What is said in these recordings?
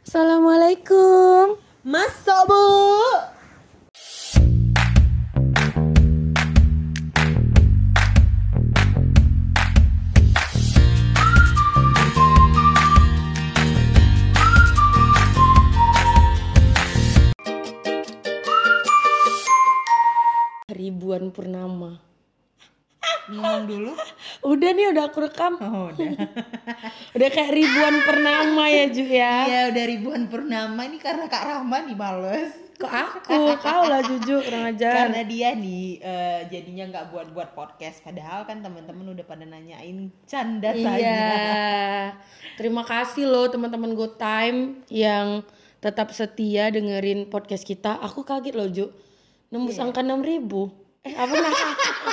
Assalamualaikum. Masuk bu. Ribuan purnama. Ngomong dulu. Udah nih, udah aku rekam. Oh, udah. Udah kayak ribuan purnama ya Ju ya. Iya udah ribuan purnama ini karena Kak Rahma dibales. Kok aku? Kau lah Juju, kurang ajar. Karena dia nih jadinya nggak buat podcast. Padahal kan teman-teman udah pada nanyain canda saja. Iya. Terima kasih loh teman-teman Go Time yang tetap setia dengerin podcast kita. Aku kaget loh Ju. Nembus angka 6.000. Apa namanya?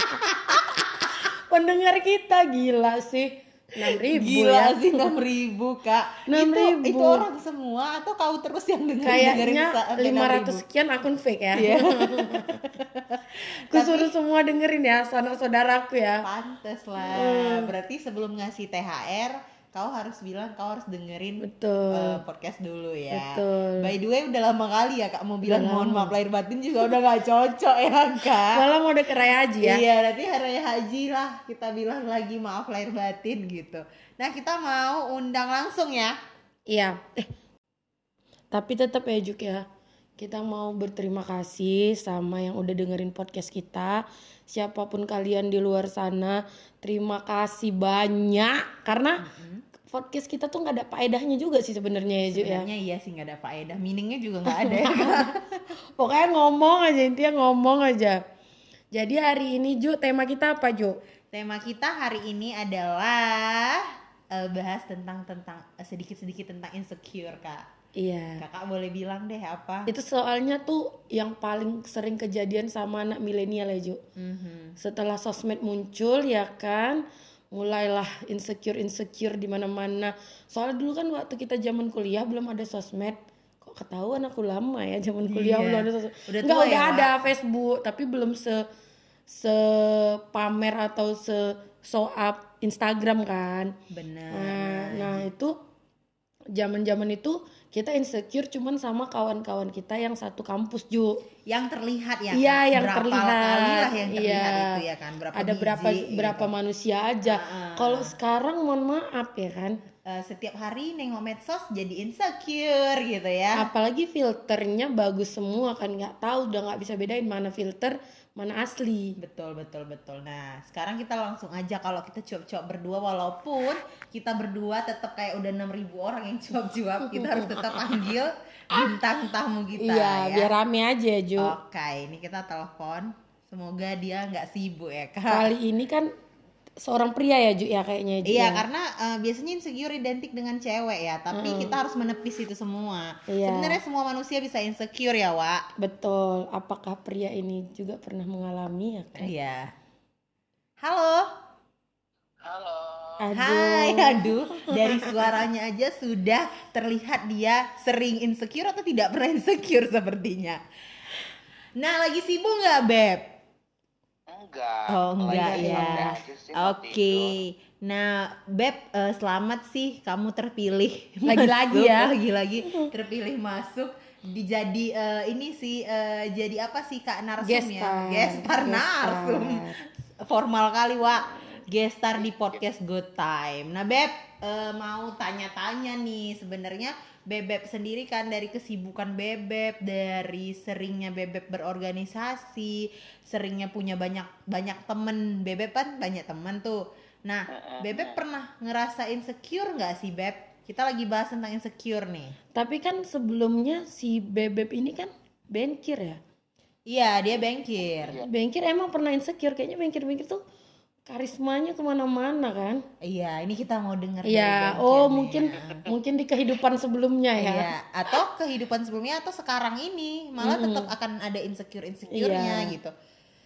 Pendengar kita gila sih. 6.000 Gila ya. sih 6.000 Kak. 6.000. Itu orang semua atau kau terus yang dengerin Kayaknya sampai 500 sekian akun fake ya. Iya. Aku suruh semua dengerin ya, sanak saudaraku ya. Pantes lah. Berarti sebelum ngasih THR kau harus bilang kau harus dengerin Betul. podcast dulu ya. Betul. By the way udah lama kali ya Kak mau bilang mohon maaf lahir batin juga udah gak cocok ya Kak. Malah mau deket Raya Haji ya. Iya nanti hari raya haji lah kita bilang lagi maaf lahir batin gitu. Nah kita mau undang langsung ya. Iya. Tapi tetap ya Juk ya. Kita mau berterima kasih sama yang udah dengerin podcast kita. Siapapun kalian di luar sana, terima kasih banyak karena podcast kita tuh nggak ada faedahnya juga sih sebenarnya ya Juk ya. Sebenarnya iya sih nggak ada faedah, meaningnya juga nggak ada ya. Pokoknya ngomong aja, intinya ngomong aja. Jadi hari ini Ju, tema kita apa Ju? Tema kita hari ini adalah bahas tentang sedikit-sedikit tentang insecure Kak. Iya. Kakak boleh bilang deh apa? Itu soalnya tuh yang paling sering kejadian sama anak milenial ya Ju. Setelah sosmed muncul ya kan, mulailah insecure di mana-mana. Soalnya dulu kan waktu kita zaman kuliah belum ada sosmed. Kok ketahuan aku lama ya zaman kuliah belum ada sosmed. Udah Enggak, tua udah ya, ada Facebook tapi belum se pamer atau show up Instagram kan. Benar. Nah itu zaman-zaman itu kita insecure cuman sama kawan-kawan kita yang satu kampus Ju. Yang terlihat ya. Iya, Kak? yang berapa terlihat. kali lah yang terlihat Iya. itu ya kan. Ada berapa gitu. manusia aja. Kalau sekarang mohon maaf ya kan. Setiap hari nengok medsos jadi insecure gitu ya. Apalagi filternya bagus semua kan, nggak tahu udah nggak bisa bedain mana filter mana asli. Betul. Nah, sekarang kita langsung aja kalau kita cuap-cuap berdua walaupun kita berdua tetap kayak udah 6.000 orang yang cuap-cuap, kita harus tetap panggil bintang tamu kita Iya, ya. biar rame aja ya Ju. Oke, ini kita telepon. Semoga dia nggak sibuk ya Kak. Kali ini kan seorang pria ya Ju ya kayaknya Ju. Iya, ya. karena biasanya insecure identik dengan cewek ya, tapi kita harus menepis itu semua. Iya. Sebenarnya semua manusia bisa insecure ya, Wak. Betul. Apakah pria ini juga pernah mengalami ya kan? Iya. Halo. Halo. Hai, aduh, dari suaranya aja sudah terlihat dia sering insecure atau tidak pernah insecure sepertinya. Nah, lagi sibuk nggak, Beb? Enggak. Oh, enggak Lagi ya. santai aja sih, mau Oke. tidur. Nah, Beb, selamat sih kamu terpilih Lagi-lagi masuk, ya. Lagi-lagi terpilih masuk jadi ini sih jadi apa sih Kak Narsum ya? Gestar. Gestar Narsum. Formal kali, Wak. Gestar di podcast Good Time. Nah, Beb, mau tanya-tanya nih sebenarnya Bebek sendiri kan dari kesibukan Bebek, dari seringnya Bebek berorganisasi, seringnya punya banyak temen. Bebek kan banyak temen tuh. Nah, Bebek pernah ngerasa insecure nggak sih, Beb? Kita lagi bahas tentang insecure nih. Tapi kan sebelumnya si Bebek ini kan bengkir ya. Iya, dia bengkir. Bengkir emang pernah insecure, kayaknya bengkir tuh karismanya kemana-mana kan. Iya, ini kita mau denger. Iya, dari oh bengkirnya. mungkin di kehidupan sebelumnya ya. Iya, atau kehidupan sebelumnya atau sekarang ini malah tetap akan ada insecure-nya Iya. gitu.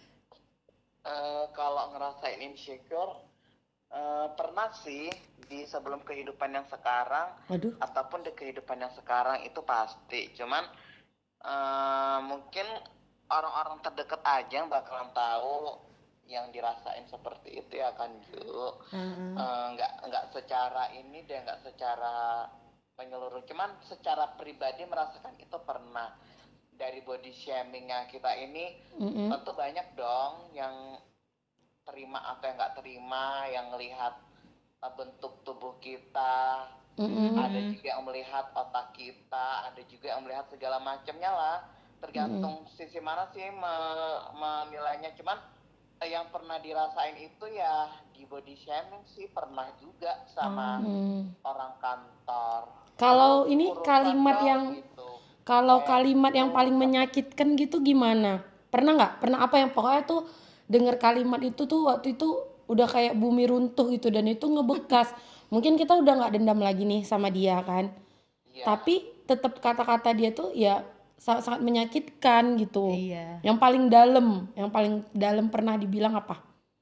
Kalau ngerasain insecure, pernah sih di sebelum kehidupan yang sekarang Waduh. ataupun di kehidupan yang sekarang itu pasti. Cuman mungkin orang-orang terdekat aja yang bakalan tahu yang dirasain seperti itu ya kan Ju. Nggak secara ini deh, nggak secara menyeluruh. Cuman secara pribadi merasakan itu pernah. Dari body shamingnya kita ini tentu banyak dong yang terima atau yang nggak terima, yang melihat bentuk tubuh kita, ada juga yang melihat otak kita, ada juga yang melihat segala macamnya lah, tergantung sisi mana sih menilainya. Cuman yang pernah dirasain itu ya di body shaming sih pernah juga sama orang kantor. Kalau ini Urusan kalimat dong yang gitu. kalau Kayak kalimat yang gitu. paling menyakitkan gitu gimana? Pernah nggak? Pernah apa yang pokoknya tuh denger kalimat itu tuh waktu itu udah kayak bumi runtuh gitu dan itu ngebekas. Mungkin kita udah nggak dendam lagi nih sama dia kan. Iya. Tapi tetap kata-kata dia tuh ya sangat menyakitkan gitu. Iya. Yang paling dalam pernah dibilang apa?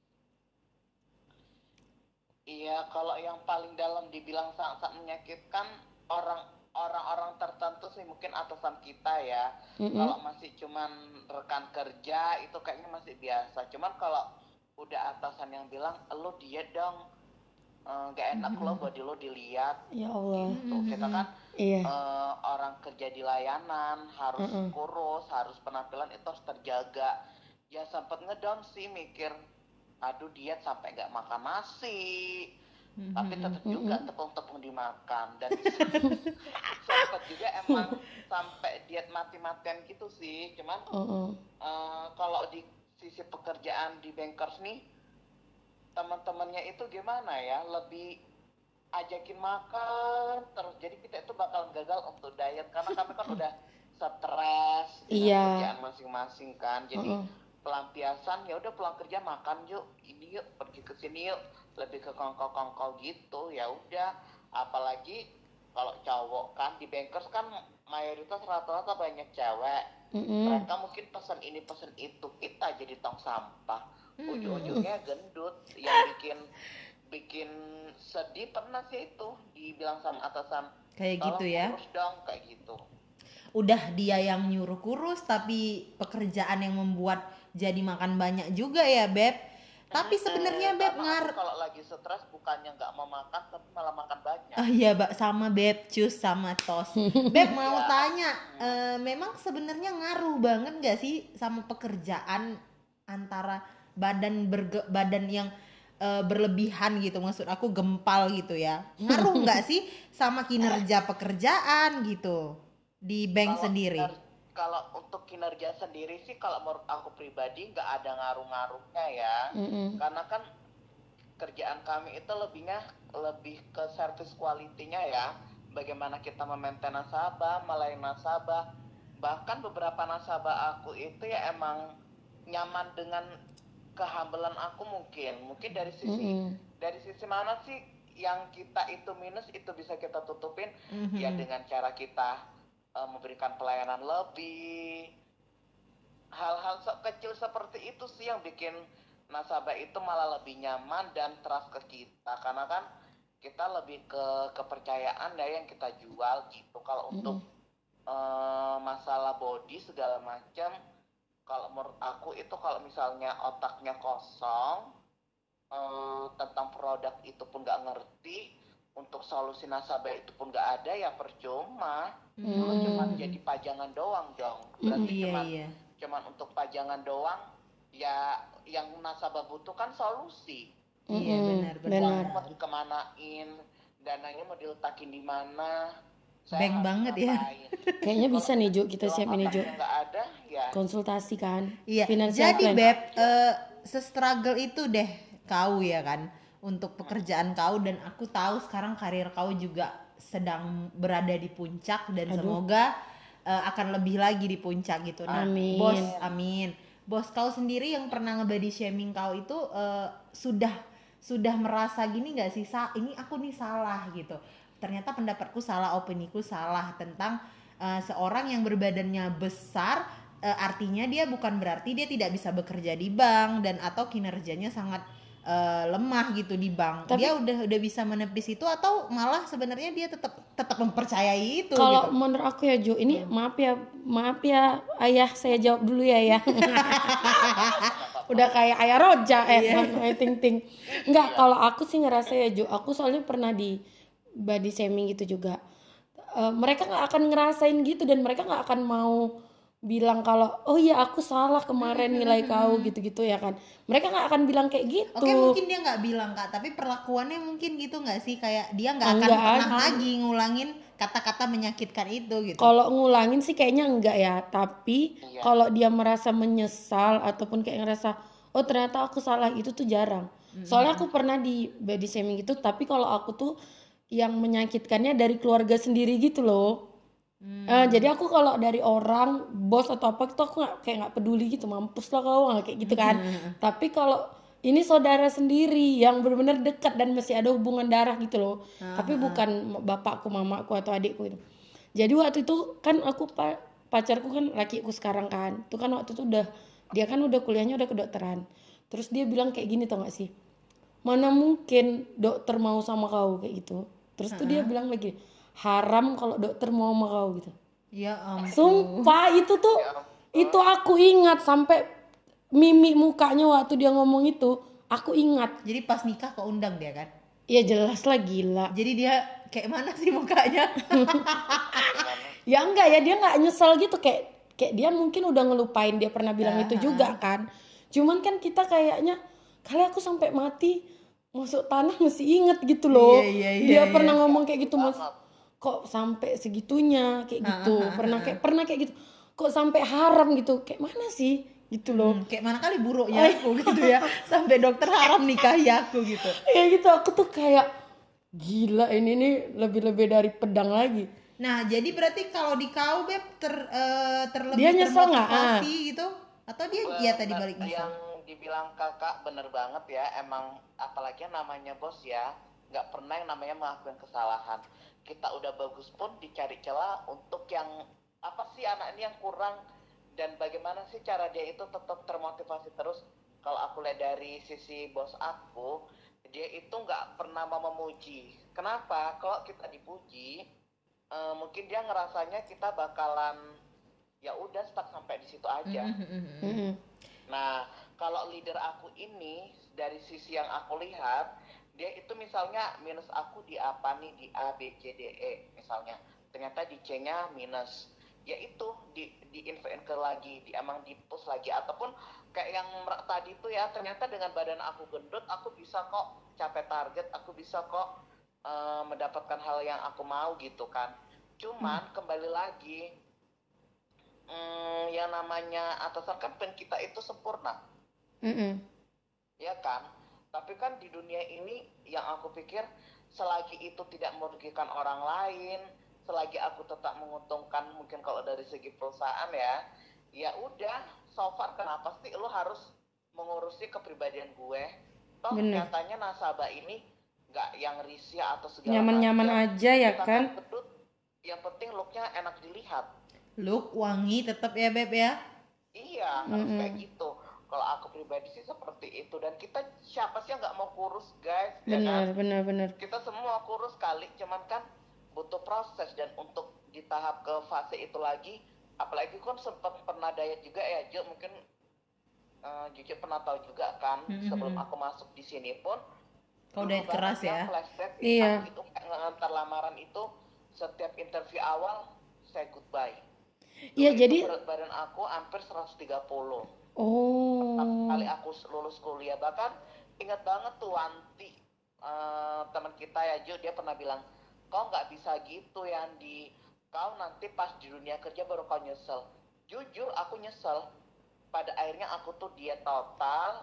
Iya, kalau yang paling dalam dibilang sangat menyakitkan orang-orang tertentu sih, mungkin atasan kita ya. Kalau masih cuman rekan kerja itu kayaknya masih biasa. Cuman kalau udah atasan yang bilang, lo diet dong, gak enak lo body lo dilihat. Ya Allah. Gitu. Kita kan Iya. orang kerja di layanan harus kurus, harus penampilan itu harus terjaga. Ya sempet ngedown sih, mikir aduh diet sampai nggak makan nasi, tapi tetap juga tepung-tepung dimakan. Dan sempet juga emang sampai diet mati-matian gitu sih. Cuman kalau di sisi pekerjaan di Bankers nih, teman-temannya itu gimana ya, lebih ajakin makan terus, jadi kita itu bakal gagal untuk diet karena kami kan udah stres dengan kerjaan masing-masing kan. Jadi pelampiasan ya udah pulang kerja makan yuk, ini yuk, pergi ke sini yuk, lebih ke kongkol-kongkol gitu. Ya udah, apalagi kalau cowok kan di Bankers kan mayoritas rata-rata banyak cewek. Mereka mungkin pesan ini pesan itu, kita jadi tong sampah. Ujung-ujungnya gendut. Yang bikin sedih pernah sih itu dibilang sama atasan, kayak gitu ya, kurus dong, kayak gitu. Udah dia yang nyuruh kurus tapi pekerjaan yang membuat jadi makan banyak juga ya Beb. Tapi sebenarnya Beb kalau lagi stres bukannya nggak mau makan tapi malah makan banyak. Iya Mbak, sama Beb, cus sama tos. Beb mau tanya, memang sebenarnya ngaruh banget nggak sih sama pekerjaan antara badan yang berlebihan gitu, maksud aku gempal gitu ya, ngaruh nggak sih sama kinerja pekerjaan gitu di bank sendiri? Kalau untuk kinerja sendiri sih kalau menurut aku pribadi nggak ada ngaruh-ngaruhnya ya. Karena kan kerjaan kami itu lebih ke service quality-nya ya. Bagaimana kita memaintain nasabah, melayani nasabah. Bahkan beberapa nasabah aku itu ya emang nyaman dengan kehambelan aku mungkin dari sisi mana sih yang kita itu minus itu bisa kita tutupin ya dengan cara kita memberikan pelayanan lebih. Hal-hal kecil seperti itu sih yang bikin nasabah itu malah lebih nyaman dan trust ke kita, karena kan kita lebih ke kepercayaan ya yang kita jual gitu. Kalau untuk masalah body segala macam, kalau menurut aku itu kalau misalnya otaknya kosong, tentang produk itu pun nggak ngerti, untuk solusi nasabah itu pun nggak ada, ya percuma. Lu cuma jadi pajangan doang dong. Berarti cuman untuk pajangan doang. Ya yang nasabah butuh kan solusi. Iya benar. Mau dikemanain, dananya mau diletakin di mana? Bank banget ya. Kayaknya bisa nih Jo, kita siapin nih Jo. Nggak ada ya. Konsultasi kan. Iya. Financial Jadi plan. Beb, se-struggle itu deh kau ya kan untuk pekerjaan kau, dan aku tahu sekarang karir kau juga sedang berada di puncak dan semoga akan lebih lagi di puncak gitu. Nah, amin. Bos, amin. Bos kau sendiri yang pernah nge-body shaming kau itu sudah merasa gini nggak sih, ini aku nih salah gitu. Ternyata pendapatku salah, opiniku salah tentang seorang yang berbadannya besar, artinya dia bukan berarti dia tidak bisa bekerja di bank dan atau kinerjanya sangat lemah gitu di bank. Dia udah bisa menepis itu atau malah sebenarnya dia tetap mempercayai itu. Kalau gitu. menurut aku ya Jo, ini maaf ya ayah, saya jawab dulu ya. Udah kayak ayah Roja ting. Enggak, kalau aku sih ngerasa ya Jo, aku soalnya pernah di body shaming gitu juga. mereka nggak akan ngerasain gitu, dan mereka nggak akan mau bilang kalau oh iya aku salah kemarin nilai kau gitu-gitu ya kan. Mereka nggak akan bilang kayak gitu. Oke, mungkin dia nggak bilang Kak, tapi perlakuannya mungkin gitu nggak sih, kayak dia nggak akan Enggak pernah aja. lagi ngulangin kata-kata menyakitkan itu gitu. Kalau ngulangin sih kayaknya enggak ya, tapi Iya. kalau dia merasa menyesal ataupun kayak ngerasa oh ternyata aku salah, itu tuh jarang. Soalnya aku pernah di body shaming gitu, tapi kalau aku tuh yang menyakitkannya dari keluarga sendiri gitu loh. Jadi aku kalau dari orang bos atau apa itu aku nggak peduli gitu, mampus lah kau kayak gitu kan. Tapi kalau ini saudara sendiri yang benar-benar dekat dan masih ada hubungan darah gitu loh, tapi bukan bapakku, mamaku atau adikku itu. Jadi waktu itu kan aku pacarku kan lakiku sekarang kan, itu kan waktu itu dia kan udah kuliahnya udah kedokteran. Terus dia bilang kayak gini, tau gak sih, mana mungkin dokter mau sama kau kayak gitu. Terus tuh dia bilang lagi, haram kalau dokter mau sama kau gitu. Ya ampun. Sumpah itu tuh itu aku ingat sampai mimik mukanya waktu dia ngomong itu, aku ingat. Jadi pas nikah keundang dia kan? Ya jelas lah, gila. Jadi dia kayak mana sih mukanya? Ya enggak ya, dia nggak nyesel gitu, kayak dia mungkin udah ngelupain dia pernah bilang itu juga kan. Cuman kan kita kayaknya kali aku sampai mati masuk tanah masih inget gitu loh. Dia pernah ngomong kayak gitu, Mas. Kok sampai segitunya kayak gitu. Pernah kayak gitu. Kok sampai haram gitu. Kayak mana sih? Gitu loh. Kayak mana kali buruknya aku gitu ya. Sampai dokter haram nikahi aku gitu. Ya gitu, aku tuh kayak gila, ini nih lebih-lebih dari pedang lagi. Nah, jadi berarti kalau di kau Beb terlebih Dia nyesel nggak? termotivasi gitu, atau dia ya tadi Bener, balik nyesel? yang dibilang kakak bener banget ya, emang apalagi yang namanya bos ya, nggak pernah yang namanya melakukan kesalahan. Kita udah bagus pun dicari celah untuk yang apa sih anak ini yang kurang, dan bagaimana sih cara dia itu tetap termotivasi terus. Kalau aku lihat dari sisi bos aku, dia itu nggak pernah mau memuji. Kenapa? Kalau kita dipuji, mungkin dia ngerasanya kita bakalan ya udah stuck sampai di situ aja. Nah, kalau leader aku ini dari sisi yang aku lihat, dia itu misalnya minus aku di apa nih, di A, B, C, D, E misalnya. Ternyata di C-nya minus. Ya itu di invent lagi, emang di push lagi, ataupun kayak yang tadi itu ya, ternyata dengan badan aku gendut aku bisa kok capai target, aku bisa kok mendapatkan hal yang aku mau gitu kan. Cuman kembali lagi, yang namanya atasan kan pengen kita itu sempurna, ya kan. Tapi kan di dunia ini yang aku pikir, selagi itu tidak merugikan orang lain, selagi aku tetap menguntungkan, mungkin kalau dari segi perusahaan ya udah, so far kenapa sih lo harus mengurusi kepribadian gue? Toh nyatanya nasabah ini nggak yang risih atau segala nyaman-nyaman aja ya kan. Bedut, yang penting looknya enak dilihat. Look wangi tetap ya Beb ya. Iya, harus kayak gitu. Kalau aku pribadi sih seperti itu. Dan kita siapa sih yang nggak mau kurus guys? Benar, ya kan? benar. Kita semua kurus kali, cuman kan butuh proses. Dan untuk di tahap ke fase itu lagi, apalagi kan sempat pernah diet juga ya Jo, mungkin Juju pernah tahu juga kan. Sebelum aku masuk di sini pun kau diet keras ya. Iya. Aku itu ngantar lamaran itu, setiap interview awal say goodbye. Iya, jadi berat badan aku hampir 130. Oh. Kali aku lulus kuliah, bahkan ingat banget tuh Wanti, teman kita ya Jo, dia pernah bilang, kau nggak bisa gitu Yandi, kau nanti pas di dunia kerja baru kau nyesel. Jujur aku nyesel. Pada akhirnya aku tuh diet total,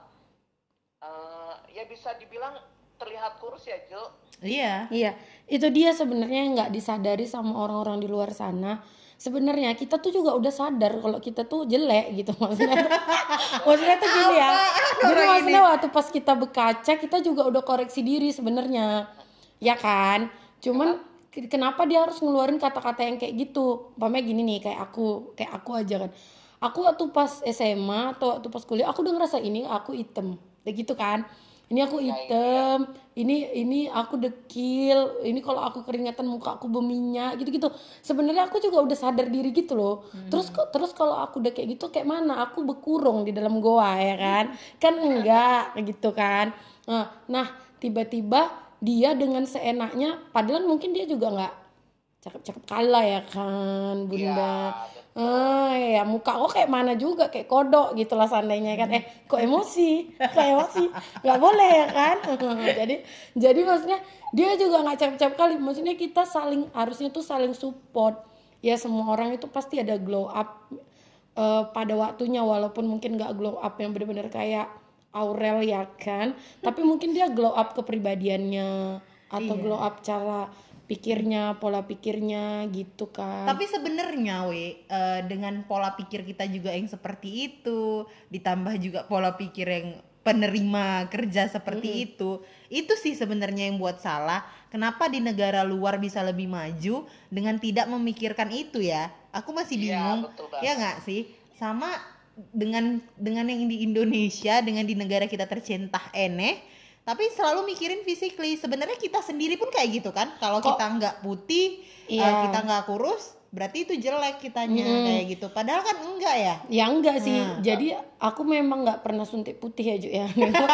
ya bisa dibilang terlihat kurus ya Jo. Iya. Itu dia sebenarnya yang nggak disadari sama orang-orang di luar sana. Sebenarnya kita tuh juga udah sadar kalau kita tuh jelek gitu maksudnya. Maksudnya tuh gini ya. Jadi maksudnya waktu pas kita berkaca kita juga udah koreksi diri sebenarnya. Ya kan? Cuman kenapa dia harus ngeluarin kata-kata yang kayak gitu? Umpamanya gini nih, kayak aku aja kan. Aku waktu pas SMA atau waktu pas kuliah aku udah ngerasa ini aku hitam. Kayak gitu kan. Ini aku hitam, ini aku dekil, ini kalau aku keringatan muka aku berminyak gitu-gitu. Sebenarnya aku juga udah sadar diri gitu loh. Terus kalau aku udah kayak gitu kayak mana? Aku berkurung di dalam goa ya kan? Kan enggak gitu kan. Nah, tiba-tiba dia dengan seenaknya, padahal mungkin dia juga enggak cakep-cakep kalah ya kan bunda. Iya, Ya muka kok kayak mana juga kayak kodok gitulah seandainya kan. Kok emosi nggak boleh ya kan. jadi maksudnya dia juga nggak cakep-cakep kali, maksudnya kita harusnya tuh saling support ya. Semua orang itu pasti ada glow up pada waktunya, walaupun mungkin nggak glow up yang benar-benar kayak Aurel ya kan, tapi mungkin dia glow up kepribadiannya atau glow up cara pikirnya, pola pikirnya gitu kan. Tapi sebenarnya dengan pola pikir kita juga yang seperti itu, ditambah juga pola pikir yang penerima kerja seperti itu sih sebenarnya yang buat salah. Kenapa di negara luar bisa lebih maju dengan tidak memikirkan itu ya? Aku masih bingung. betul banget. Ya nggak sih? Sama dengan yang di Indonesia, dengan di negara kita tercinta tapi selalu mikirin physically. Sebenarnya kita sendiri pun kayak gitu kan. Kalau kita nggak putih, kita nggak kurus, berarti itu jelek kitanya kayak gitu. Padahal kan enggak ya? Ya enggak sih. Jadi aku memang nggak pernah suntik putih ya Ju ya.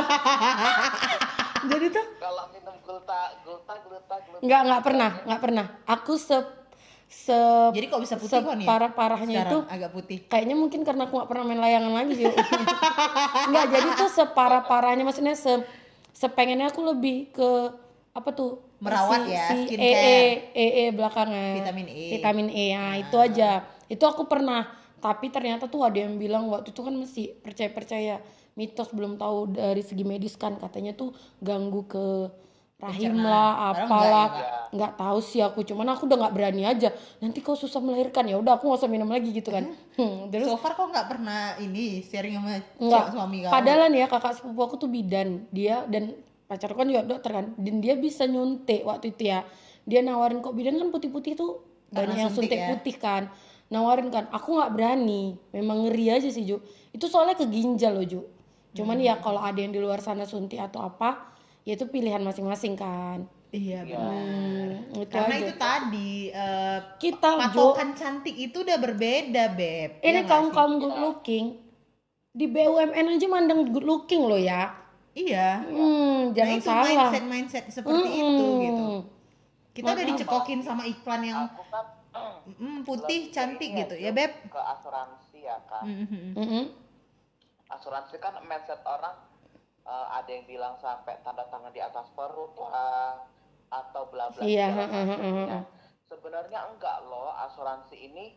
Jadi tuh Kalau minum gluta nggak pernah. Aku Jadi kok bisa putih kok nih? Parah-parahnya itu agak putih. Kayaknya mungkin karena aku nggak pernah main layangan lagi Ju. Nggak, jadi tuh separah-parahnya, maksudnya sepengennya aku lebih ke apa tuh, Merawat ya, si skincare. belakangan, vitamin E ya, itu aja. Itu aku pernah, tapi ternyata tuh ada yang bilang waktu itu kan masih percaya mitos, belum tahu dari segi medis kan, katanya tuh ganggu ke rahim lah, apalah, nggak tahu sih aku, cuman aku udah nggak berani aja, nanti kau susah melahirkan, ya udah aku nggak usah minum lagi gitu kan. Terus So far kok nggak pernah ini sharing sama suami kamu? padahal nih ya kakak sepupu aku tuh bidan, dia dan pacarku kan juga dokter kan, dan dia bisa nyuntik waktu itu ya, dia nawarin, kok bidan kan putih-putih tuh banyak yang suntik ya? putih kan, nawarin kan, aku nggak berani, memang ngeri aja sih Ju, itu soalnya ke ginjal loh Ju, cuman ya kalau ada yang di luar sana suntik atau apa, ya itu pilihan masing-masing kan. Iya benar. Itu Karena aja. itu tadi Kita patokan cantik itu udah berbeda, Beb. ini kaum good looking di BUMN aja mandang good looking loh ya. Iya. Jangan itu salah. mindset seperti itu gitu. Kita udah dicekokin sama iklan yang aku kan putih lebih cantik ini gitu ya, ya, Beb. ke asuransi ya kan. Asuransi kan mindset orang ada yang bilang sampai tanda tangan di atas perut lah atau bla bla segala macamnya. Sebenarnya enggak loh, asuransi ini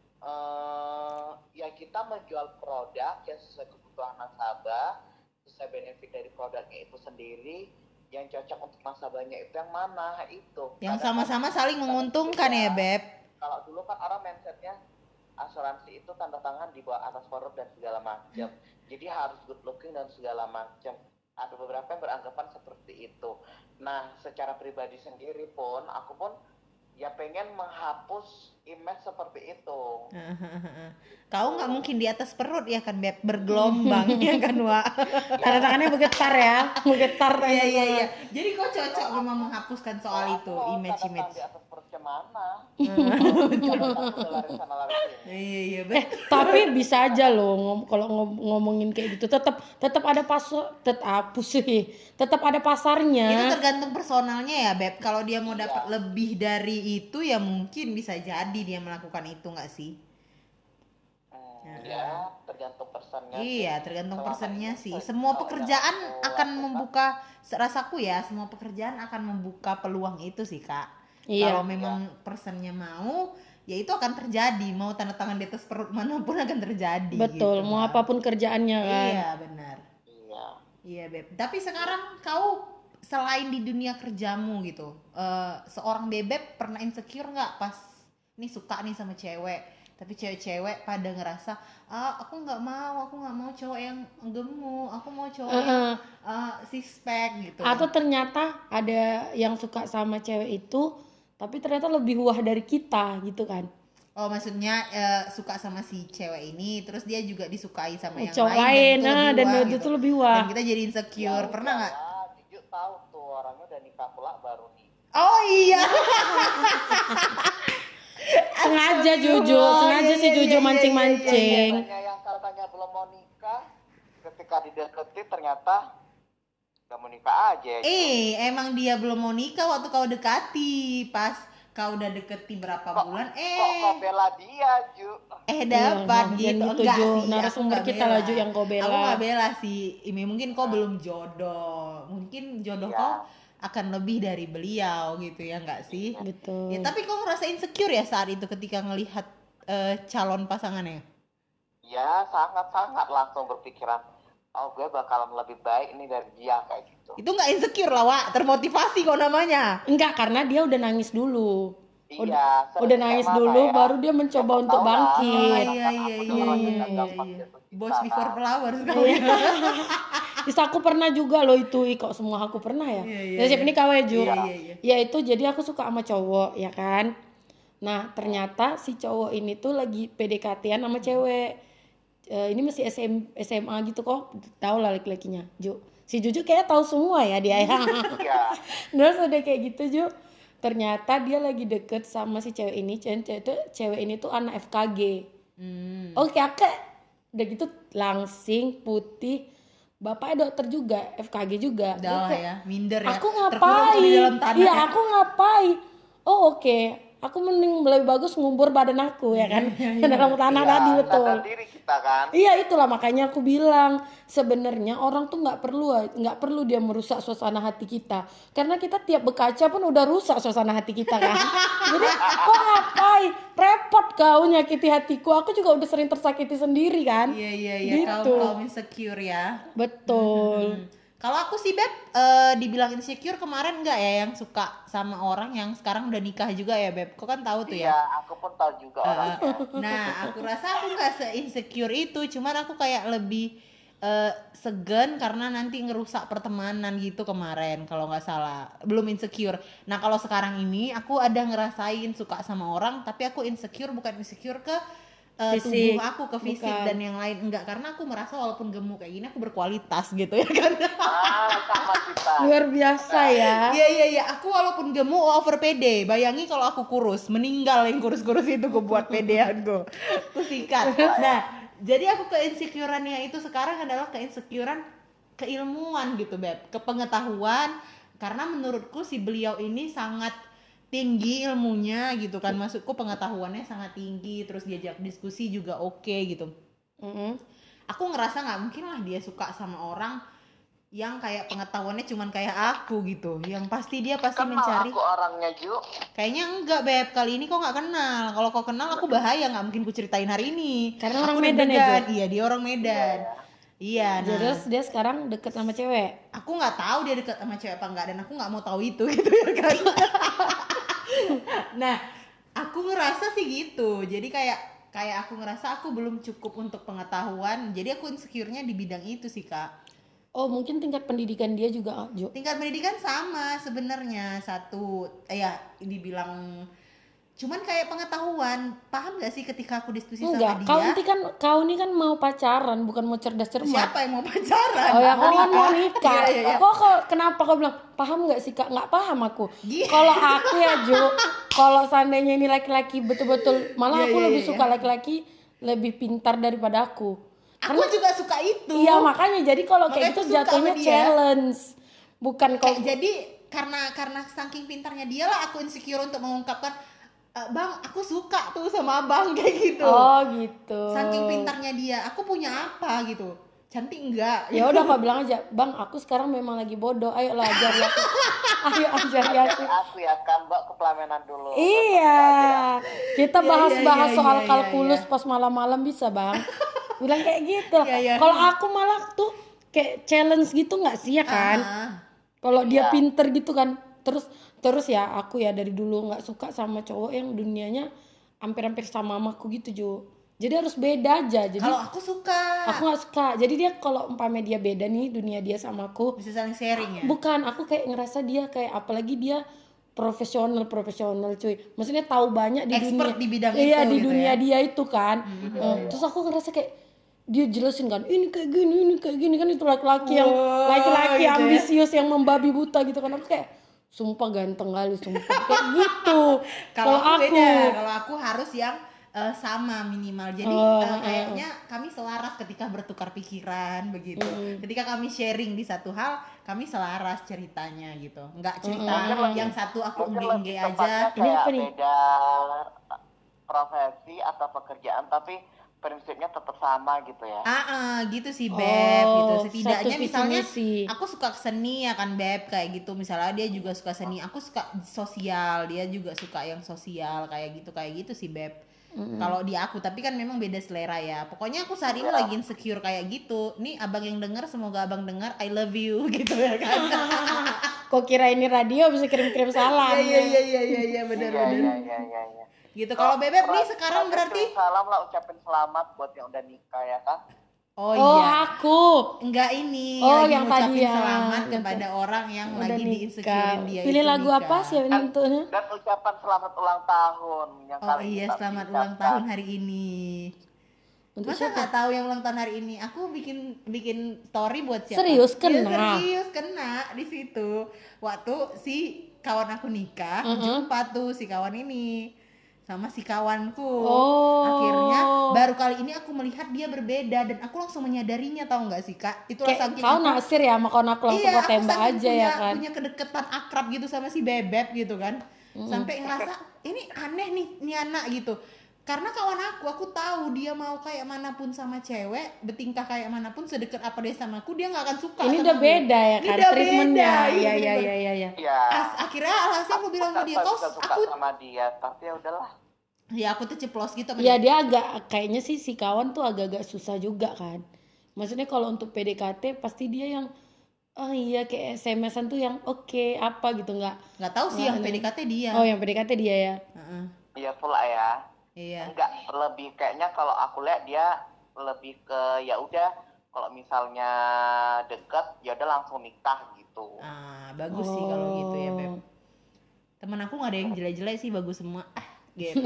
ya kita menjual produk yang sesuai kebutuhan nasabah, sesuai benefit dari produknya itu sendiri, yang cocok untuk nasabahnya itu yang mana itu. Yang sama-sama saling menguntungkan ya, Beb. Kalau dulu kan orang mindsetnya asuransi itu tanda tangan di bawah atas perut dan segala macam. Jadi harus good looking dan segala macam. Ada beberapa yang beranggapan seperti itu. Nah, secara pribadi sendiri pun, aku pun ya pengen menghapus image seperti itu. Kau nggak mungkin di atas perut ya kan, Beb, bergelombang ya kan, Wak. Tanda tangannya bergetar ya, bergetar. Iya. Jadi kau cocok memang menghapuskan soal itu, image. Di atas perut mana? Iya, Tapi bisa aja loh kalau ngomongin kayak gitu, tetap ada tetap ada pasarnya. Itu tergantung personalnya ya, Beb. Kalau dia mau dapat lebih dari itu ya mungkin bisa jadi dia melakukan itu, nggak sih? Ya, tergantung personnya. Iya, tergantung personnya sih. Semua pekerjaan akan membuka, rasaku ya, semua pekerjaan akan membuka peluang itu sih, Kak. Kalau memang personnya mau, ya itu akan terjadi. Mau tanda tangan di atas perut manapun akan terjadi. Betul, gitu, mau apapun kerjaannya kan. Iya, benar. Iya, Beb. Tapi sekarang kau selain di dunia kerjamu gitu, seorang Bebek pernah insecure nggak pas nih suka nih sama cewek, tapi cewek-cewek pada ngerasa aku nggak mau cowok yang gemuk, aku mau cowok yang six pack gitu. Atau ternyata ada yang suka sama cewek itu tapi ternyata lebih wah dari kita gitu kan. Oh, maksudnya suka sama si cewek ini, terus dia juga disukai sama yang cowok lain dan itu tuh lebih wah. Dan kita jadi insecure. Pernah nggak? Jujur tahu tuh orangnya udah nikah pula baru nih. Oh iya. sengaja sih Juju mancing-mancing. Yang katanya belum mau nikah, ketika dideketi ternyata gak mau nikah aja. Emang dia belum mau nikah waktu kau dekati, pas kau udah deketi berapa bulan kok bela dia Ju? Dapat gitu. Gitu, Enggak Jo. sih, Narasumber aku nggak kita lah, bela. Jo, yang kau bela. Aku nggak bela sih Imi, mungkin kau belum jodoh, mungkin jodoh kau akan lebih dari beliau gitu ya, nggak sih? Betul. Ya, tapi kau ngerasa insecure ya saat itu ketika ngelihat calon pasangannya? Ya sangat-sangat langsung berpikiran, oh gue bakalan lebih baik nih dari dia kayak gitu. Itu nggak insecure lah, Wak. Termotivasi kok namanya. Enggak, karena dia udah nangis dulu. Iya, Udah nangis dulu, ya. baru dia mencoba untuk bangkit. Iya. Boys before flowers kau. Terus aku pernah juga loh itu, kok semua aku pernah ya. Iya. Siapa ini kau ya, Ju? Iya. Ya itu jadi aku suka sama cowok, ya kan. Nah ternyata si cowok ini tuh lagi PDKT-an sama cewek. Ini masih SMA gitu kok, tau lah laki-lakinya, Ju. Si Juju kayaknya tahu semua ya dia ya. Terus udah kayak gitu, Ju. Ternyata dia lagi deket sama si cewek ini. Cewek ini tuh anak FKG. Oke, udah gitu langsing, putih. Bapaknya dokter juga, FKG juga. Udah lah ya, minder ya. Aku Terkurung ngapain? di dalam tanah Iya, ya. aku ngapain? Oh oke. Aku mending lebih bagus ngubur badan aku ya kan. Dalam tanah tadi, betul. Sadar diri kita kan. Iya, itulah makanya aku bilang sebenarnya orang tuh nggak perlu dia merusak suasana hati kita, karena kita tiap berkaca pun udah rusak suasana hati kita kan. Jadi kok ngapain repot kau nyakiti hatiku, aku juga udah sering tersakiti sendiri kan. Iya. Gitu. Kaum insecure ya. Betul. Kalau aku sih Beb, dibilang insecure kemarin enggak ya, yang suka sama orang yang sekarang udah nikah juga ya Beb. Kau kan tahu tuh ya. Iya, aku pun tahu juga orangnya. Nah, aku rasa aku nggak se-insecure itu, cuman aku kayak lebih segan karena nanti ngerusak pertemanan gitu kemarin kalau nggak salah. Belum insecure. Nah, kalau sekarang ini aku ada ngerasain suka sama orang, tapi aku insecure, bukan insecure ke tubuh aku, ke fisik dan yang lain, enggak, karena aku merasa walaupun gemuk kayak gini aku berkualitas gitu ya kan. Sama kita. Luar biasa ya. Iya, aku walaupun gemuk over pede. Bayangi kalau aku kurus, meninggal yang kurus-kurus itu gue buat pedean gue. Aku sikat. Nah, jadi aku keinsecureannya itu sekarang adalah keinsecurean keilmuan gitu Beb, kepengetahuan, karena menurutku si beliau ini sangat tinggi ilmunya gitu kan, maksudku pengetahuannya sangat tinggi, terus diajak diskusi juga oke gitu. Aku ngerasa nggak mungkin lah dia suka sama orang yang kayak pengetahuannya cuman kayak aku gitu, yang pasti dia pasti mencari. Aku orangnya Ju. Kayaknya enggak Beb, kali ini kok nggak kenal. Kalau kau kenal aku bahaya, nggak mungkin ku ceritain hari ini. Karena aku orang Medan ya, Jo? Iya, dia orang Medan. Iya, nah. Terus dia sekarang deket sama cewek. Aku nggak tahu dia deket sama cewek apa enggak, dan aku nggak mau tahu itu gitu ya kan. Nah, aku ngerasa sih gitu. Jadi kayak aku ngerasa aku belum cukup untuk pengetahuan. Jadi aku insecure-nya di bidang itu sih, Kak. Oh, mungkin tingkat pendidikan dia juga, Jo. Tingkat pendidikan sama sebenarnya, satu ya dibilang, cuman kayak pengetahuan. Paham gak sih ketika aku diskusi sama dia? Kau ini kan mau pacaran, bukan mau cerdas cermat. Siapa yang mau pacaran? Oh ya, kau kan mau nikah. Iya. Kenapa kau bilang paham gak sih Kak? Nggak paham aku. Kalau aku ya Jo, kalau seandainya ini laki-laki betul-betul, malah aku lebih suka laki-laki lebih pintar daripada aku. Aku juga suka itu. Iya, makanya jadi kalau kayak gitu jatuhnya challenge. Bukan kau. Jadi karena saking pintarnya dia lah aku insecure untuk mengungkapkan, Bang, aku suka tuh sama abang kayak gitu. Oh gitu. Saking pintarnya dia, aku punya apa gitu? Cantik enggak? Ya udah kau bilang aja, Bang, aku sekarang memang lagi bodoh. Ayolah ajari aku. Ayo ajari aku. Aku ya kan, Mbak, ke pelaminan dulu. Iya. Kita bahas-bahas soal iya, kalkulus pas malam-malam bisa, Bang. Bilang kayak gitu. Kalau aku malah tuh kayak challenge gitu nggak sih ya kan? Kalau dia pinter gitu kan. Terus ya aku ya dari dulu nggak suka sama cowok yang dunianya hampir-hampir sama aku gitu, Jo. Jadi harus beda aja. Jadi kalau aku suka. Aku nggak suka. Jadi dia kalau umpamanya dia beda nih dunia dia sama aku. Bisa saling sharing ya? Bukan, aku kayak ngerasa dia kayak, apalagi dia profesional cuy. Maksudnya tahu banyak di expert dunia. di bidang iya, itu di gitu dunia ya? dia itu kan. Terus aku ngerasa kayak dia jelasin kan, ini kayak gini kan, itu laki-laki yang laki-laki gitu ambisius yang membabi buta gitu kan. Aku kayak sumpah ganteng kali, sumpah kayak gitu. Kalau aku beda. Kalau aku harus yang sama minimal. Jadi kayaknya kami selaras ketika bertukar pikiran begitu. Ketika kami sharing di satu hal, kami selaras ceritanya gitu. Enggak cerita yang satu aku engge aja. Ini apa nih? Beda profesi atau pekerjaan tapi prinsipnya tetap sama gitu ya. Gitu sih Beb gitu. Setidaknya misalnya aku suka seni ya kan Beb kayak gitu. Misalnya dia juga suka seni, aku suka sosial, dia juga suka yang sosial kayak gitu sih Beb. Kalau di aku, tapi kan memang beda selera ya. Pokoknya aku saat ini lagi insecure kayak gitu. Nih abang yang denger, semoga abang denger I love you gitu ya kan. Kok kira ini radio bisa kirim-kirim salam? Iya benar. Gitu. Kalau Bebep nih sekarang berarti salam lah, ucapin selamat buat yang udah nikah ya kan. Iya. Aku enggak ini lagi yang tadi ya. Selamat kepada orang yang udah lagi di-insecurein dia. Pilih lagu nikah. Apa sih ini untuknya? Dan ucapan selamat ulang tahun yang selamat ulang tahun hari ini. Untuk masa nggak tahu yang ulang tahun hari ini? Aku bikin story buat siapa? Serius kena di situ. Waktu si kawan aku nikah, jumpa tuh si kawan ini sama si kawanku. Akhirnya baru kali ini aku melihat dia berbeda dan aku langsung menyadarinya, tahu nggak sih Kak? Itulah saking kau naksir ya sama kawan aku langsung kau tembak aja ya kan. Punya kedekatan akrab gitu sama si Bebep gitu kan. Sampai ngerasa ini aneh nih anak gitu. Karena kawan aku tahu dia mau kayak manapun sama cewek, bertingkah kayak manapun, sedekat apa dia sama aku, dia nggak akan suka. Ini udah beda ya kan treatmentnya. Iya. Akhirnya alasan aku bilang sama dia, aku sama dia, tapi ya udahlah. Ya aku tuh ceplos gitu. Ya dia agak kayaknya sih si kawan tuh agak-agak susah juga kan. Maksudnya kalau untuk PDKT pasti dia yang kayak SMS-an tuh yang oke, apa gitu nggak tahu sih yang PDKT dia. Yang PDKT dia ya. Iya pula ya. Iya. Enggak, lebih kayaknya kalau aku lihat dia lebih ke ya udah kalau misalnya deket ya udah langsung nikah gitu. Bagus sih kalau gitu ya Beb. Temen aku nggak ada yang jelek-jelek sih, bagus semua. Gitu.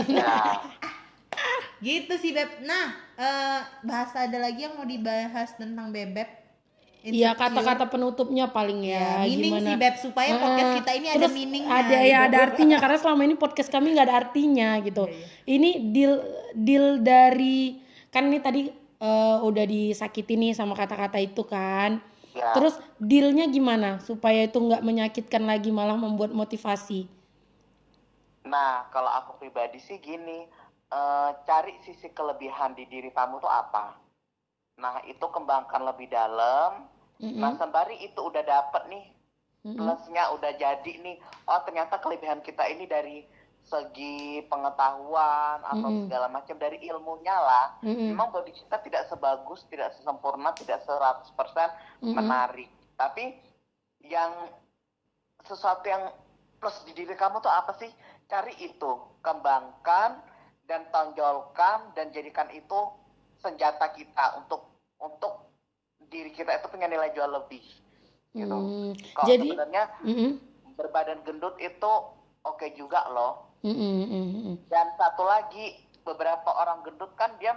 Gitu sih Beb. Nah, bahasa ada lagi yang mau dibahas tentang Bebep? Iya, kata-kata penutupnya paling ya meaning gimana? Sih Beb, supaya podcast kita ini ada meaningnya. Ada artinya karena selama ini podcast kami nggak ada artinya gitu. Ini deal dari kan ini tadi udah disakiti nih sama kata-kata itu kan. Ya. Terus dealnya gimana supaya itu nggak menyakitkan lagi, malah membuat motivasi? Nah, kalau aku pribadi sih gini, cari sisi kelebihan di diri kamu tuh apa. Nah, itu kembangkan lebih dalam. Nah, sembari itu udah dapet nih, plusnya udah jadi nih. Oh, ternyata kelebihan kita ini dari segi pengetahuan atau segala macam, dari ilmunya lah. Memang bagi kita tidak sebagus, tidak sesempurna, tidak 100% menarik. Tapi yang sesuatu yang plus di diri kamu tuh apa sih? Cari itu, kembangkan dan tonjolkan dan jadikan itu senjata kita untuk diri kita itu punya nilai jual lebih gitu. Kalau sebenarnya berbadan gendut itu oke juga loh. Dan satu lagi, beberapa orang gendut kan dia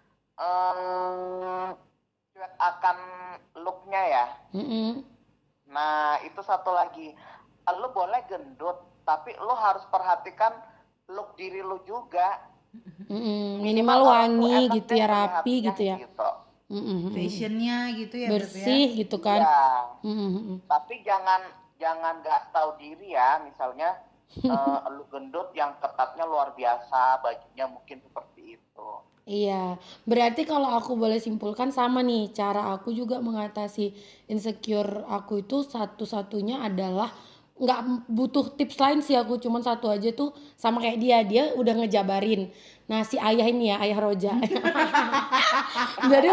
akan looknya ya. Nah itu satu lagi, lo boleh gendut tapi lo harus perhatikan look diri lo juga. Minimal wangi gitu ya, rapi gitu ya, fashionnya gitu ya, bersih gitu kan ya. Tapi jangan nggak tahu diri ya, misalnya lu gendut yang ketatnya luar biasa, bajunya mungkin seperti itu. Iya, berarti kalau aku boleh simpulkan sama nih, cara aku juga mengatasi insecure aku itu satu-satunya adalah nggak butuh tips lain sih, aku cuman satu aja tuh, sama kayak dia udah ngejabarin. Nah si ayah ini ya, ayah Roja jadi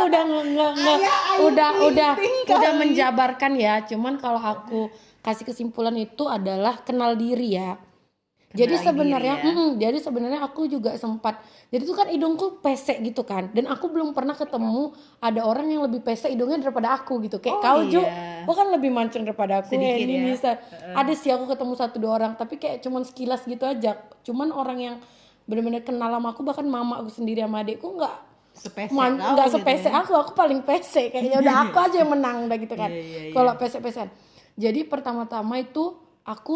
udah menjabarkan ya. Cuman kalau aku kasih kesimpulan itu adalah kenal diri ya. Jadi sebenarnya aku juga sempat, jadi tuh kan hidungku pesek gitu kan, dan aku belum pernah ketemu ada orang yang lebih pesek hidungnya daripada aku gitu. Kayak kau kau kan lebih mancung daripada aku. Sedikit ya. Bisa. Ada sih aku ketemu 1-2 orang, tapi kayak cuman sekilas gitu aja. Cuman orang yang benar-benar kenal sama aku, bahkan mama aku sendiri sama adikku nggak sepesek gitu ya. Aku paling pesek kayaknya. Udah aku aja yang menang udah gitu kan. Kalau pesek-pesekan. Jadi pertama-tama itu aku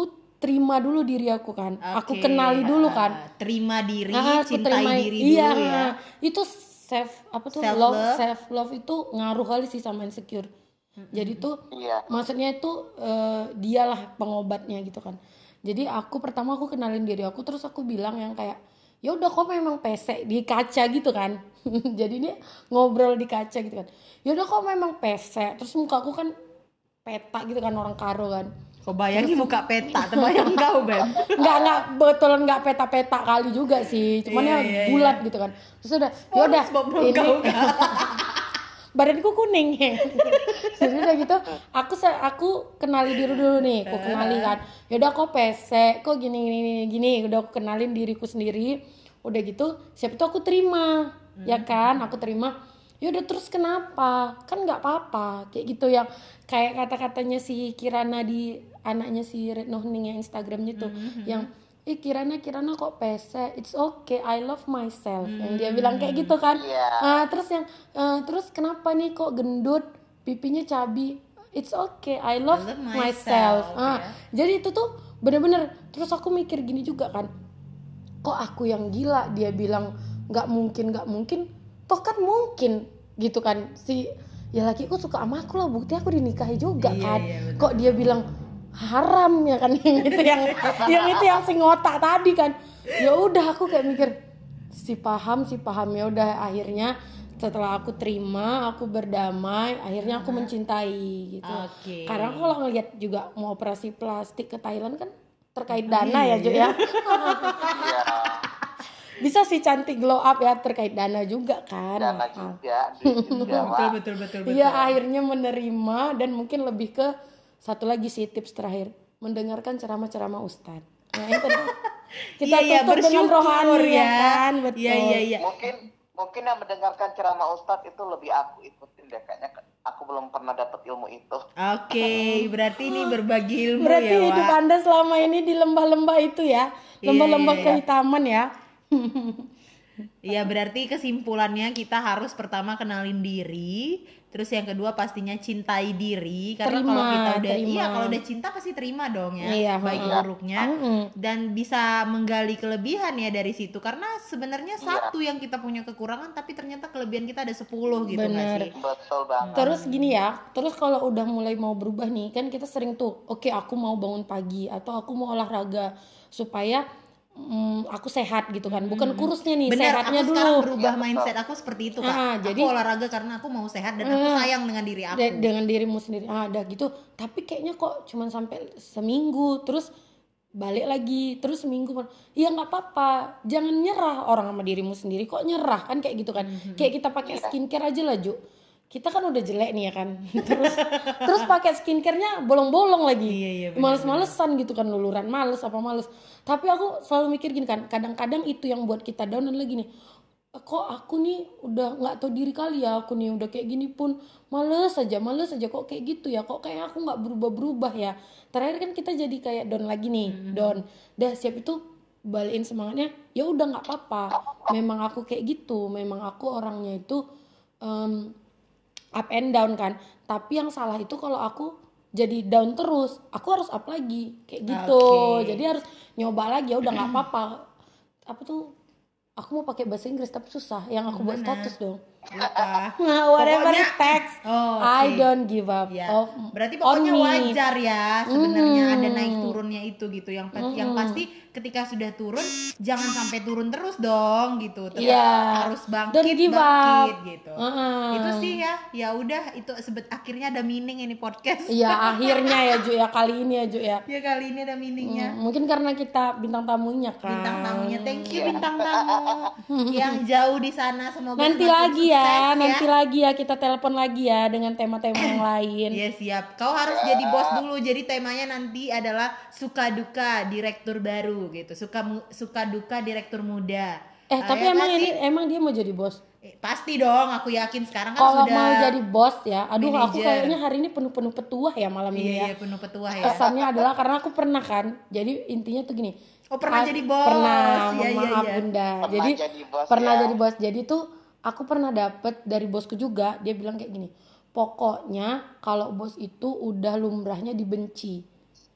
terima dulu diri aku kan. Aku Oke, kenali dulu kan. terima diri, Aku cintai diri iya, dulu ya. Itu Self love. self love itu ngaruh kali sih sama insecure. Jadi tuh Iya. maksudnya itu dialah pengobatnya gitu kan. Jadi pertama aku kenalin diri aku, terus aku bilang yang kayak ya udah kok memang pesek di kaca gitu kan. Jadi ini ngobrol di kaca gitu kan. Ya udah kok memang pesek, terus muka aku kan peta gitu kan, orang karo kan. Kau bayangin muka peta, terbayang kau Beb. Enggak betulan enggak peta-peta kali juga sih. Cuman ya bulat gitu kan. Terus udah ya udah ini badanku kuning. Jadi udah gitu aku kenali diri dulu nih, aku kenali kan. Ya udah kok pesek, kok gini. Udah aku kenalin diriku sendiri. Udah gitu, siapa itu aku terima. Ya kan, aku terima. Ya udah terus kenapa? Kan enggak apa-apa. Kayak gitu yang kayak kata-katanya si Kirana di anaknya si Retno Hening yang Instagramnya tuh yang Kirana kok pesek, it's okay, I love myself. Yang dia bilang kayak gitu kan. Terus yang terus kenapa nih kok gendut, pipinya cabi, it's okay, I love myself. Jadi itu tuh bener-bener. Terus aku mikir gini juga kan, kok aku yang gila, dia bilang nggak mungkin, toh kan mungkin gitu kan. Si ya lakiku suka sama aku lah, bukti aku dinikahi juga kan. Kok dia bilang haram ya kan, yang itu yang si ngotak tadi kan. Ya udah aku kayak mikir si paham ya udah. Akhirnya setelah aku terima, aku berdamai, akhirnya aku mencintai gitu. Karena kalau ngelihat juga mau operasi plastik ke Thailand kan terkait dana ya Jo ya. Bisa sih cantik glow up ya, terkait dana juga kan. Dana juga. Betul. Iya, akhirnya menerima. Dan mungkin lebih ke satu lagi sih tips terakhir, mendengarkan ceramah-ceramah Ustadz. Nah itu kita tutup dengan rohani ya kan. Betul. Iya. Mungkin yang mendengarkan ceramah Ustadz itu lebih aku ikutin deh, kayaknya aku belum pernah dapat ilmu itu. Oke, berarti ini berbagi ilmu berarti ya, hidup Wak. Anda selama ini di lembah-lembah itu ya, lembah-lembah kehitaman ya. Iya, berarti kesimpulannya kita harus pertama kenalin diri, terus yang kedua pastinya cintai diri, karena kalau kita udah kalau udah cinta pasti terima dong ya, baik buruknya, dan bisa menggali kelebihan ya dari situ, karena sebenarnya satu yang kita punya kekurangan tapi ternyata kelebihan kita ada 10 gitu nggak sih? Betul banget. Terus gini ya, terus kalau udah mulai mau berubah nih, kan kita sering tuh, oke, aku mau bangun pagi atau aku mau olahraga supaya aku sehat gitu kan, bukan kurusnya nih. Bener, sehatnya aku dulu. sekarang berubah mindset aku seperti itu Kak. Jadi aku olahraga karena aku mau sehat dan aku sayang dengan diri aku. Dengan dirimu sendiri. Ada gitu. Tapi kayaknya kok cuman sampai seminggu, terus balik lagi, terus seminggu. Iya nggak apa-apa, jangan nyerah orang sama dirimu sendiri. Kok nyerah kan kayak gitu kan? Kayak kita pakai skincare aja lah Jo. Kita kan udah jelek nih ya kan, terus pakai skincarenya bolong-bolong lagi, males-malesan gitu kan, luluran males. Tapi aku selalu mikir gini kan, kadang-kadang itu yang buat kita down. Dan lagi nih, kok aku nih udah nggak tahu diri kali ya, aku nih udah kayak gini pun males aja kok kayak gitu ya, kok kayak aku nggak berubah ya. Terakhir kan kita jadi kayak down lagi nih, down. Dah siap itu balikin semangatnya, ya udah nggak apa-apa, memang aku kayak gitu, memang aku orangnya itu up and down kan. Tapi yang salah itu kalau aku jadi down terus, aku harus up lagi kayak gitu. Jadi harus nyoba lagi. Ya udah nggak apa-apa. Apa tuh, aku mau pakai bahasa Inggris tapi susah. Yang aku buat status dong, whatever it takes, I don't give up. Berarti pokoknya wajar ya sebenarnya ada naik turunnya itu gitu. Yang pasti ketika sudah turun jangan sampai turun terus dong gitu. Terus harus bangkit gitu. Itu sih ya udah, itu akhirnya ada meaning ini podcast. Iya, akhirnya ya Ju ya, kali ini ya Ju ya. Ya kali ini ada meaningnya. Mungkin karena kita bintang tamunya kan. Bintang tamunya, thank you bintang tamu yang jauh di sana, semoga nanti lagi ya, nanti lagi ya kita telepon lagi ya dengan tema-tema yang lain. Iya siap. Kau harus jadi bos dulu. Jadi temanya nanti adalah suka duka direktur baru gitu. Suka duka direktur muda. Tapi emang dia mau jadi bos? Pasti dong, aku yakin sekarang kan kalau sudah mau jadi bos ya. Aduh, manager. Aku kayaknya hari ini penuh petuah ya malam ini ya. Iya, penuh petuah ya. Kesannya adalah karena aku pernah kan. Jadi intinya tuh gini. Oh, pernah jadi bos. Pernah, Iya, maaf iya. Bunda. Jadi pernah jadi bos. Jadi tuh aku pernah dapet dari bosku juga. Dia bilang kayak gini, pokoknya kalau bos itu udah lumrahnya dibenci.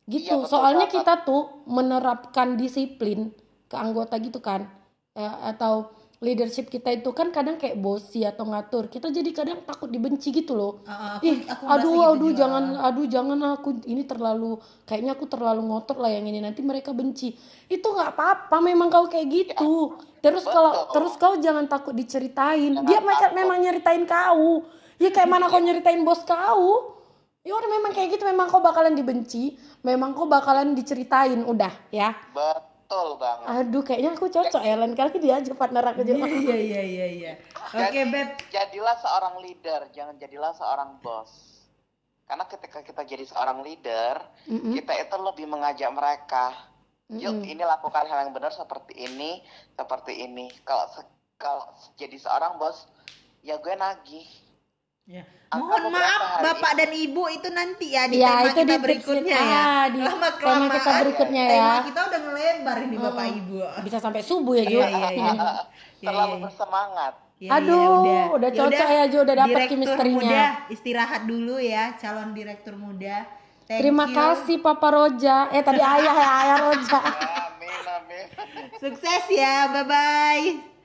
Gitu. Iya, betul Soalnya banget. kita tuh menerapkan disiplin ke anggota gitu kan. Atau leadership kita itu kan kadang kayak bosi atau ngatur. Kita jadi kadang takut dibenci gitu loh. Aku ngerasa gitu Aduh juga. jangan aku ini kayaknya aku terlalu ngotot lah yang ini, nanti mereka benci. Itu nggak apa-apa, memang kau kayak gitu. Terus kau jangan takut diceritain. Dia memang nyeritain kau. Ya kayak mana kau nyeritain bos kau. Ya udah, memang kayak gitu, memang kau bakalan dibenci, memang kau bakalan diceritain, udah ya. Betul banget. Aduh, kayaknya aku cocok ya lain kali diajak partner aku juga. Iya. Oke, Beb. Jadilah seorang leader, jangan jadilah seorang bos. Karena ketika kita jadi seorang leader, kita itu lebih mengajak mereka. Yuk, ini lakukan hal yang benar seperti ini. Kalau jadi seorang bos, ya gue nagih. Ya. Mohon maaf Bapak dan Ibu, itu nanti ya di Ya, tema itu kita di berikutnya tips- ya. di Lama-kelamaan tema kita berikutnya ya. Tema kita udah ngelebar ini Bapak Ibu. Bisa sampai subuh ya, Ju. Iya. Terlalu bersemangat. Ya, Aduh, udah cocok ya, Ju, udah dapet Direktur chemistry-nya. muda, istirahat dulu ya, calon direktur muda. Terima kasih Papa Roja. Tadi ayah Roja. Amin. Sukses ya, bye-bye.